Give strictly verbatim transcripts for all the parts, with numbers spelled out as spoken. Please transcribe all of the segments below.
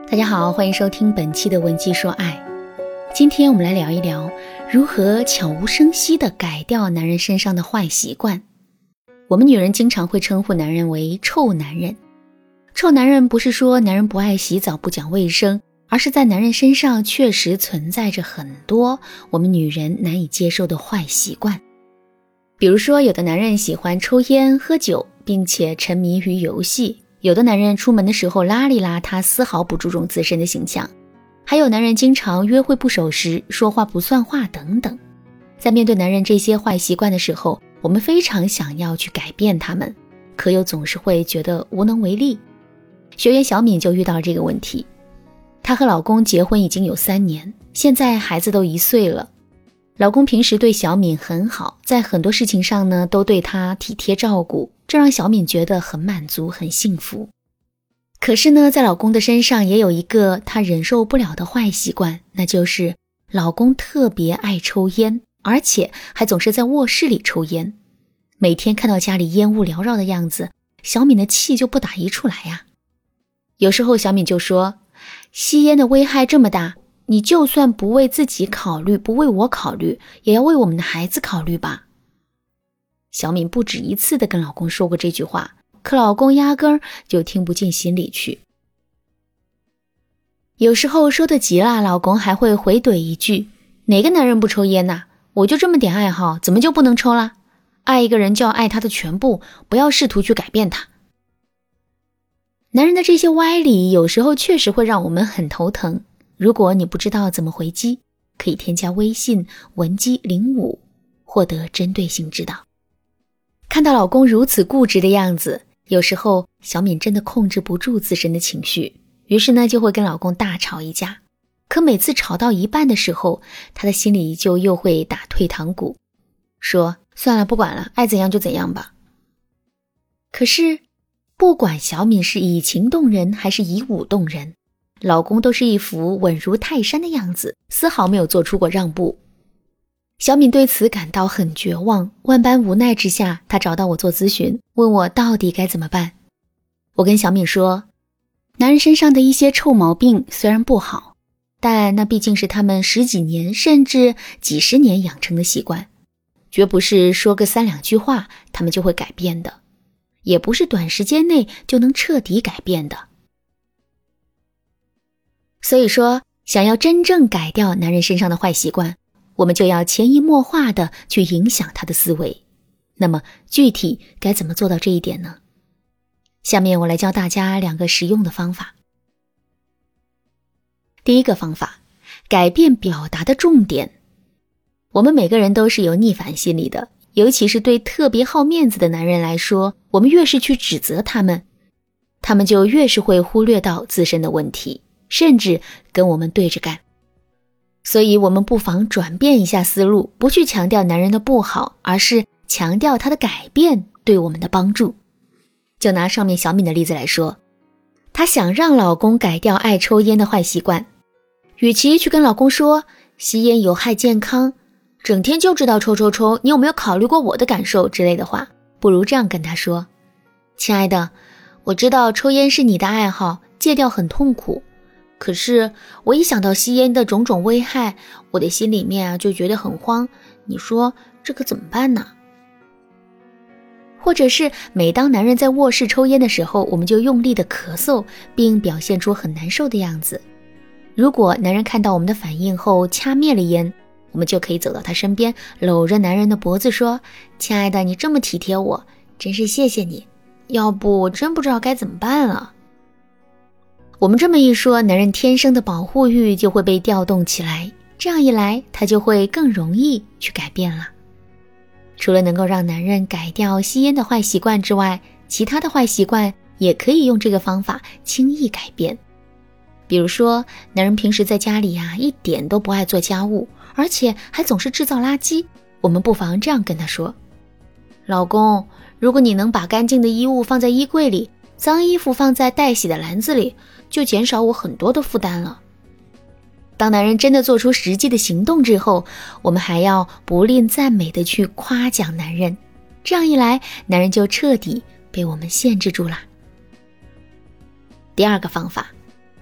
大家好，欢迎收听本期的文姬说爱。今天我们来聊一聊如何悄无声息地改掉男人身上的坏习惯。我们女人经常会称呼男人为臭男人。臭男人不是说男人不爱洗澡不讲卫生，而是在男人身上确实存在着很多我们女人难以接受的坏习惯。比如说，有的男人喜欢抽烟喝酒，并且沉迷于游戏，有的男人出门的时候邋里邋遢，丝毫不注重自身的形象，还有男人经常约会不守时，说话不算话等等。在面对男人这些坏习惯的时候，我们非常想要去改变他们，可又总是会觉得无能为力。学员小敏就遇到了这个问题。她和老公结婚已经有三年，现在孩子都一岁了。老公平时对小敏很好，在很多事情上呢都对她体贴照顾，这让小敏觉得很满足很幸福。可是呢，在老公的身上也有一个她忍受不了的坏习惯，那就是老公特别爱抽烟，而且还总是在卧室里抽烟。每天看到家里烟雾缭绕的样子，小敏的气就不打一处来呀。有时候小敏就说，吸烟的危害这么大，你就算不为自己考虑，不为我考虑，也要为我们的孩子考虑吧。小敏不止一次地跟老公说过这句话，可老公压根儿就听不进心里去。有时候说得急了，老公还会回怼一句，哪个男人不抽烟呐？我就这么点爱好，怎么就不能抽啦？爱一个人就要爱他的全部，不要试图去改变他。男人的这些歪理有时候确实会让我们很头疼。如果你不知道怎么回击，可以添加微信文姬零五，获得针对性指导。看到老公如此固执的样子，有时候小敏真的控制不住自身的情绪，于是呢就会跟老公大吵一架。可每次吵到一半的时候，她的心里就又会打退堂鼓，说算了不管了，爱怎样就怎样吧。可是不管小敏是以情动人还是以武动人，老公都是一副稳如泰山的样子，丝毫没有做出过让步。小敏对此感到很绝望，万般无奈之下，她找到我做咨询，问我到底该怎么办。我跟小敏说，男人身上的一些臭毛病虽然不好，但那毕竟是他们十几年甚至几十年养成的习惯，绝不是说个三两句话他们就会改变的，也不是短时间内就能彻底改变的。所以说，想要真正改掉男人身上的坏习惯，我们就要潜移默化地去影响他的思维。那么具体该怎么做到这一点呢？下面我来教大家两个实用的方法。第一个方法，改变表达的重点。我们每个人都是有逆反心理的，尤其是对特别好面子的男人来说，我们越是去指责他们，他们就越是会忽略到自身的问题，甚至跟我们对着干。所以我们不妨转变一下思路，不去强调男人的不好，而是强调他的改变对我们的帮助。就拿上面小敏的例子来说，她想让老公改掉爱抽烟的坏习惯，与其去跟老公说吸烟有害健康，整天就知道抽抽抽，你有没有考虑过我的感受之类的话，不如这样跟他说，亲爱的，我知道抽烟是你的爱好，戒掉很痛苦，可是我一想到吸烟的种种危害，我的心里面啊就觉得很慌，你说这可怎么办呢？或者是每当男人在卧室抽烟的时候，我们就用力的咳嗽，并表现出很难受的样子。如果男人看到我们的反应后掐灭了烟，我们就可以走到他身边，搂着男人的脖子说，亲爱的，你这么体贴我，真是谢谢你，要不我真不知道该怎么办了。我们这么一说，男人天生的保护欲就会被调动起来，这样一来，他就会更容易去改变了。除了能够让男人改掉吸烟的坏习惯之外，其他的坏习惯也可以用这个方法轻易改变。比如说，男人平时在家里呀、啊，一点都不爱做家务，而且还总是制造垃圾，我们不妨这样跟他说，老公，如果你能把干净的衣物放在衣柜里，脏衣服放在待洗的篮子里，就减少我很多的负担了。当男人真的做出实际的行动之后，我们还要不吝赞美的去夸奖男人，这样一来，男人就彻底被我们限制住了。第二个方法，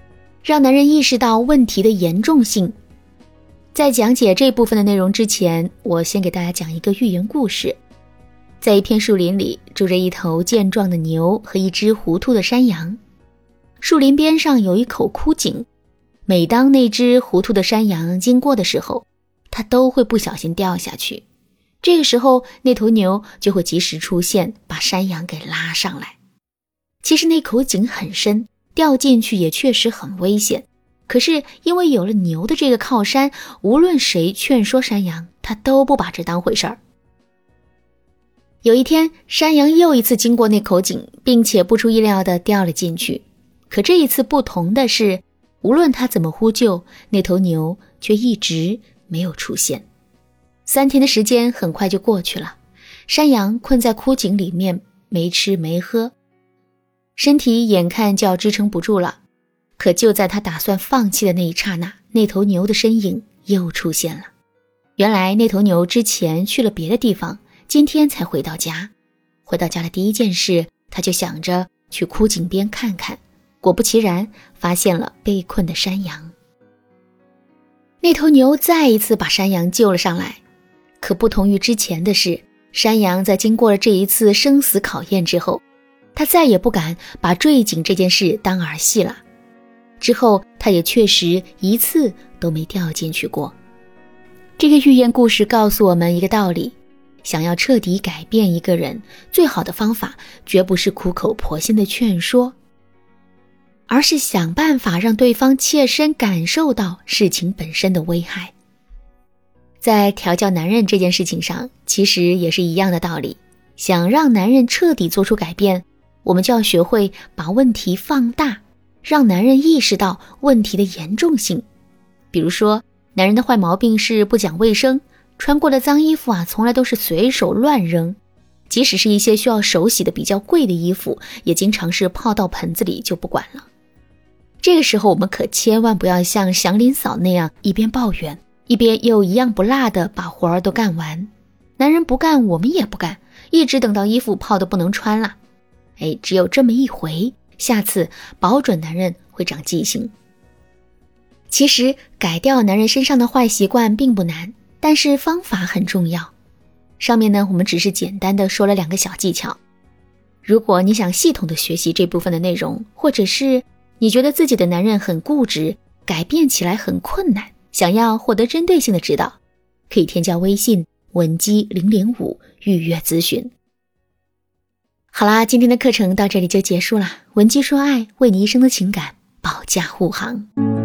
让男人意识到问题的严重性。在讲解这部分的内容之前，我先给大家讲一个寓言故事。在一片树林里，住着一头健壮的牛和一只糊涂的山羊。树林边上有一口枯井，每当那只糊涂的山羊经过的时候，它都会不小心掉下去。这个时候，那头牛就会及时出现，把山羊给拉上来。其实那口井很深，掉进去也确实很危险。可是因为有了牛的这个靠山，无论谁劝说山羊，它都不把这当回事儿。有一天，山羊又一次经过那口井，并且不出意料地掉了进去。可这一次不同的是，无论他怎么呼救，那头牛却一直没有出现。三天的时间很快就过去了，山羊困在枯井里面，没吃没喝，身体眼看就要支撑不住了。可就在他打算放弃的那一刹那，那头牛的身影又出现了。原来那头牛之前去了别的地方，今天才回到家。回到家的第一件事，他就想着去枯井边看看。果不其然，发现了被困的山羊。那头牛再一次把山羊救了上来。可不同于之前的是，山羊在经过了这一次生死考验之后，他再也不敢把坠井这件事当儿戏了。之后他也确实一次都没掉进去过。这个寓言故事告诉我们一个道理，想要彻底改变一个人，最好的方法绝不是苦口婆心的劝说，而是想办法让对方切身感受到事情本身的危害。在调教男人这件事情上，其实也是一样的道理。想让男人彻底做出改变，我们就要学会把问题放大，让男人意识到问题的严重性。比如说，男人的坏毛病是不讲卫生，穿过的脏衣服啊，从来都是随手乱扔，即使是一些需要手洗的比较贵的衣服，也经常是泡到盆子里就不管了。这个时候我们可千万不要像祥林嫂那样一边抱怨，一边又一样不落的把活儿都干完。男人不干，我们也不干，一直等到衣服泡得不能穿了。哎，只有这么一回，下次保准男人会长记性。其实改掉男人身上的坏习惯并不难，但是方法很重要。上面呢，我们只是简单的说了两个小技巧。如果你想系统的学习这部分的内容，或者是你觉得自己的男人很固执，改变起来很困难，想要获得针对性的指导，可以添加微信文姬零零五预约咨询。好啦，今天的课程到这里就结束了。文姬说爱，为你一生的情感保驾护航。